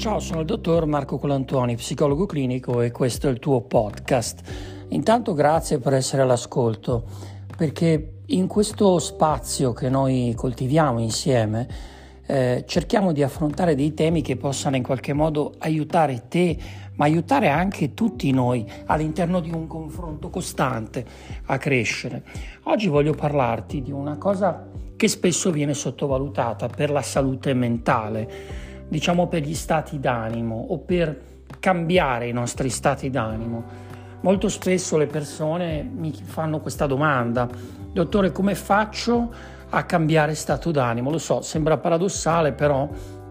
Ciao, sono il dottor Marco Colantoni, psicologo clinico, e questo è il tuo podcast. Intanto grazie per essere all'ascolto, perché in questo spazio che noi coltiviamo insieme cerchiamo di affrontare dei temi che possano in qualche modo aiutare te, ma aiutare anche tutti noi all'interno di un confronto costante a crescere. Oggi voglio parlarti di una cosa che spesso viene sottovalutata per la salute mentale, diciamo per gli stati d'animo o per cambiare i nostri stati d'animo. Molto spesso le persone mi fanno questa domanda: dottore, come faccio a cambiare stato d'animo? Lo so, sembra paradossale, però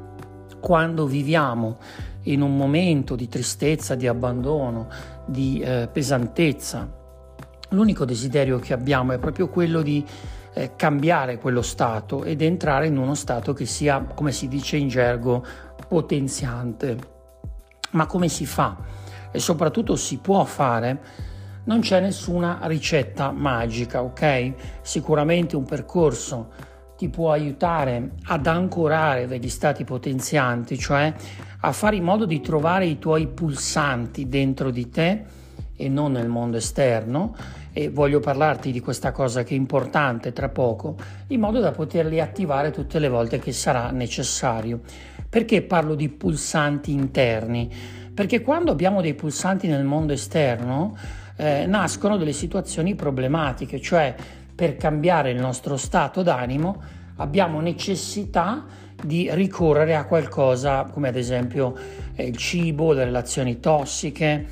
quando viviamo in un momento di tristezza, di abbandono, di pesantezza, l'unico desiderio che abbiamo è proprio quello di cambiare quello stato ed entrare in uno stato che sia, come si dice in gergo, potenziante. Ma come si fa? E soprattutto si può fare? Non c'è nessuna ricetta magica, ok? Sicuramente un percorso ti può aiutare ad ancorare degli stati potenzianti, cioè a fare in modo di trovare i tuoi pulsanti dentro di te e non nel mondo esterno, e voglio parlarti di questa cosa che è importante tra poco, in modo da poterli attivare tutte le volte che sarà necessario. Perché parlo di pulsanti interni? Perché quando abbiamo dei pulsanti nel mondo esterno nascono delle situazioni problematiche, cioè per cambiare il nostro stato d'animo abbiamo necessità di ricorrere a qualcosa come ad esempio il cibo, le relazioni tossiche,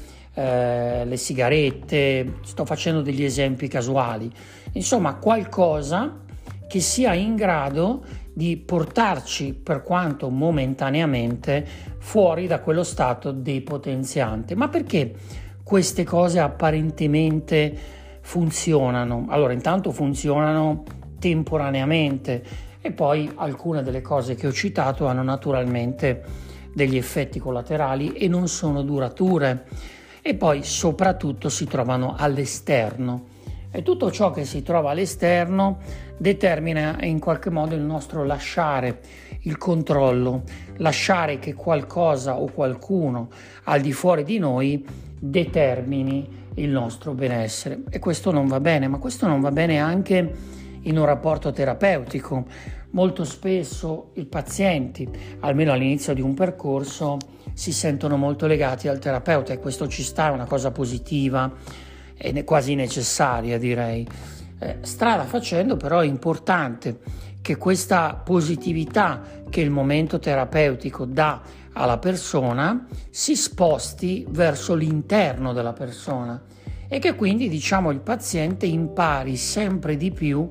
le sigarette, sto facendo degli esempi casuali, insomma qualcosa che sia in grado di portarci, per quanto momentaneamente, fuori da quello stato depotenziante. Ma perché queste cose apparentemente funzionano? Allora, intanto funzionano temporaneamente e poi alcune delle cose che ho citato hanno naturalmente degli effetti collaterali e non sono durature. E poi soprattutto si trovano all'esterno, e tutto ciò che si trova all'esterno determina in qualche modo il nostro lasciare il controllo, lasciare che qualcosa o qualcuno al di fuori di noi determini il nostro benessere, e questo non va bene. Ma questo non va bene anche in un rapporto terapeutico. Molto spesso i pazienti, almeno all'inizio di un percorso, si sentono molto legati al terapeuta, e questo ci sta, è una cosa positiva e quasi necessaria, direi. Strada facendo, però, è importante che questa positività che il momento terapeutico dà alla persona si sposti verso l'interno della persona, e che quindi, il paziente impari sempre di più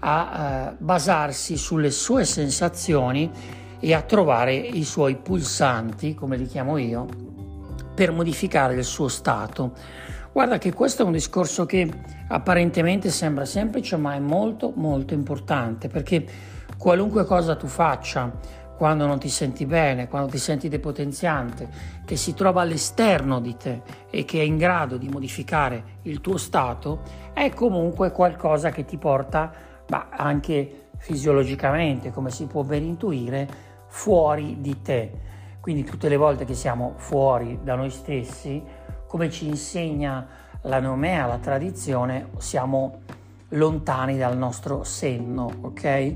a basarsi sulle sue sensazioni e a trovare i suoi pulsanti, come li chiamo io, per modificare il suo stato. Guarda che questo è un discorso che apparentemente sembra semplice, ma è molto molto importante, perché qualunque cosa tu faccia quando non ti senti bene, quando ti senti depotenziante, che si trova all'esterno di te e che è in grado di modificare il tuo stato, è comunque qualcosa che ti porta, anche fisiologicamente, come si può ben intuire, fuori di te. Quindi tutte le volte che siamo fuori da noi stessi, come ci insegna la nomea, la tradizione, siamo lontani dal nostro senno, ok?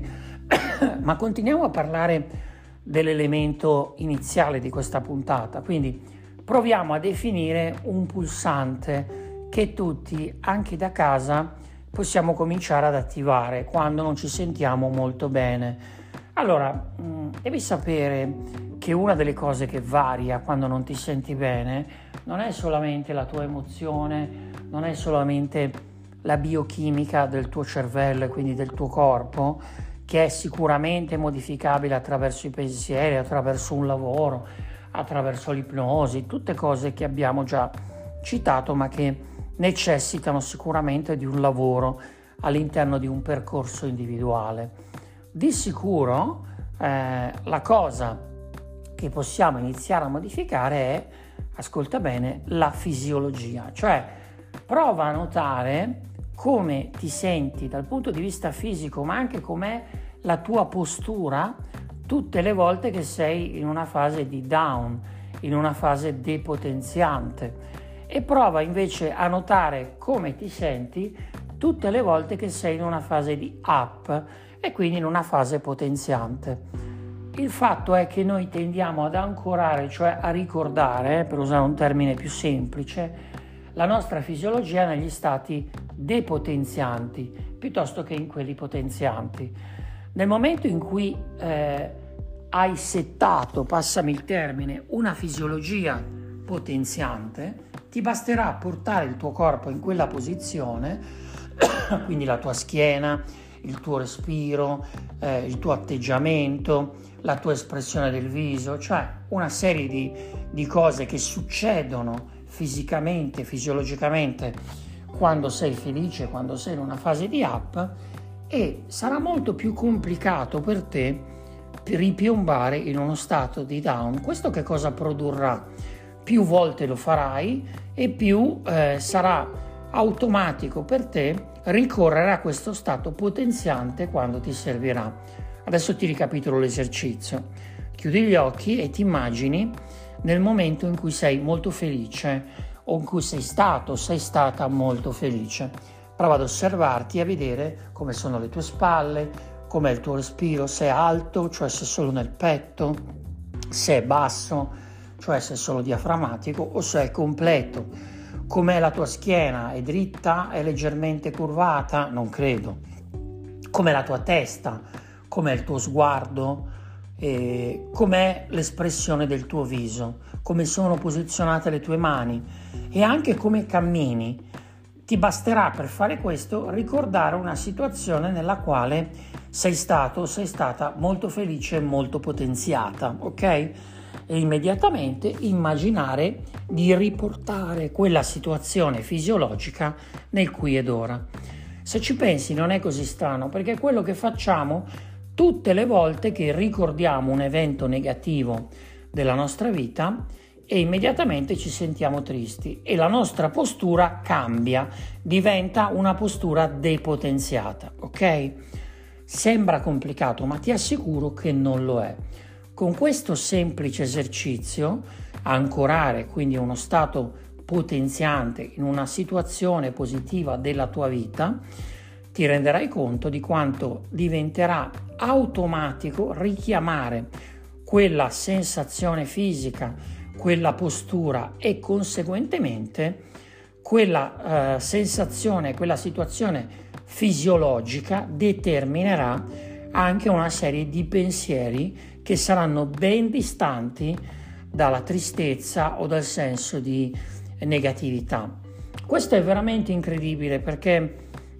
Ma continuiamo a parlare dell'elemento iniziale di questa puntata. Quindi proviamo a definire un pulsante che tutti, anche da casa, possiamo cominciare ad attivare quando non ci sentiamo molto bene. Allora, devi sapere che una delle cose che varia quando non ti senti bene non è solamente la tua emozione, non è solamente la biochimica del tuo cervello e quindi del tuo corpo, che è sicuramente modificabile attraverso i pensieri, attraverso un lavoro, attraverso l'ipnosi, tutte cose che abbiamo già citato, ma che necessitano sicuramente di un lavoro all'interno di un percorso individuale. Di sicuro la cosa che possiamo iniziare a modificare è, ascolta bene, la fisiologia, cioè prova a notare come ti senti dal punto di vista fisico, ma anche com'è la tua postura tutte le volte che sei in una fase di down, in una fase depotenziante, e prova invece a notare come ti senti tutte le volte che sei in una fase di up e quindi in una fase potenziante. Il fatto è che noi tendiamo ad ancorare, cioè a ricordare, per usare un termine più semplice, la nostra fisiologia negli stati depotenzianti piuttosto che in quelli potenzianti. Nel momento in cui hai settato, passami il termine, una fisiologia potenziante, ti basterà portare il tuo corpo in quella posizione, quindi la tua schiena, il tuo respiro, il tuo atteggiamento, la tua espressione del viso, cioè una serie di cose che succedono fisicamente, fisiologicamente quando sei felice, quando sei in una fase di up, e sarà molto più complicato per te ripiombare in uno stato di down. Questo che cosa produrrà? Più volte lo farai e più sarà automatico per te ricorrere a questo stato potenziante quando ti servirà. Adesso ti ricapitolo l'esercizio. Chiudi gli occhi e ti immagini nel momento in cui sei molto felice o in cui sei stata molto felice. Prova ad osservarti e a vedere come sono le tue spalle, com'è il tuo respiro, se è alto, cioè se è solo nel petto, se è basso, cioè se è solo diaframmatico, o se è completo. Com'è la tua schiena? È dritta? È leggermente curvata? Non credo. Com'è la tua testa? Com'è il tuo sguardo? Com'è l'espressione del tuo viso? Come sono posizionate le tue mani? E anche come cammini. Ti basterà per fare questo ricordare una situazione nella quale sei stato o sei stata molto felice e molto potenziata, ok? E immediatamente immaginare di riportare quella situazione fisiologica nel qui ed ora. Se ci pensi non è così strano, perché è quello che facciamo tutte le volte che ricordiamo un evento negativo della nostra vita e immediatamente ci sentiamo tristi e la nostra postura cambia, diventa una postura depotenziata, ok? Sembra complicato, ma ti assicuro che non lo è. Con questo semplice esercizio, ancorare quindi uno stato potenziante in una situazione positiva della tua vita, ti renderai conto di quanto diventerà automatico richiamare quella sensazione fisica, quella postura e conseguentemente quella sensazione, quella situazione fisiologica determinerà anche una serie di pensieri che saranno ben distanti dalla tristezza o dal senso di negatività. Questo è veramente incredibile perché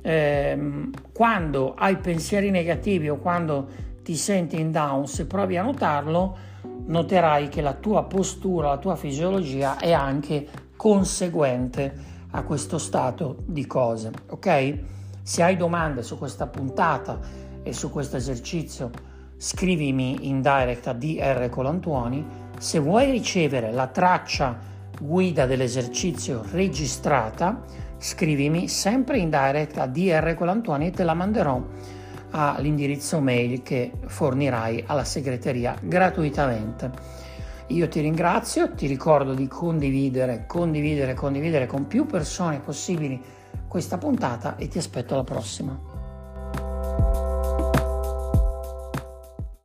quando hai pensieri negativi o quando ti senti in down, se provi a notarlo, noterai che la tua postura, la tua fisiologia è anche conseguente a questo stato di cose, ok? Se hai domande su questa puntata e su questo esercizio, scrivimi in direct a DR Colantuoni. Se vuoi ricevere la traccia guida dell'esercizio registrata, scrivimi sempre in direct a DR Colantuoni e te la manderò all'indirizzo mail che fornirai alla segreteria gratuitamente. Io ti ringrazio, ti ricordo di condividere con più persone possibili questa puntata e ti aspetto alla prossima.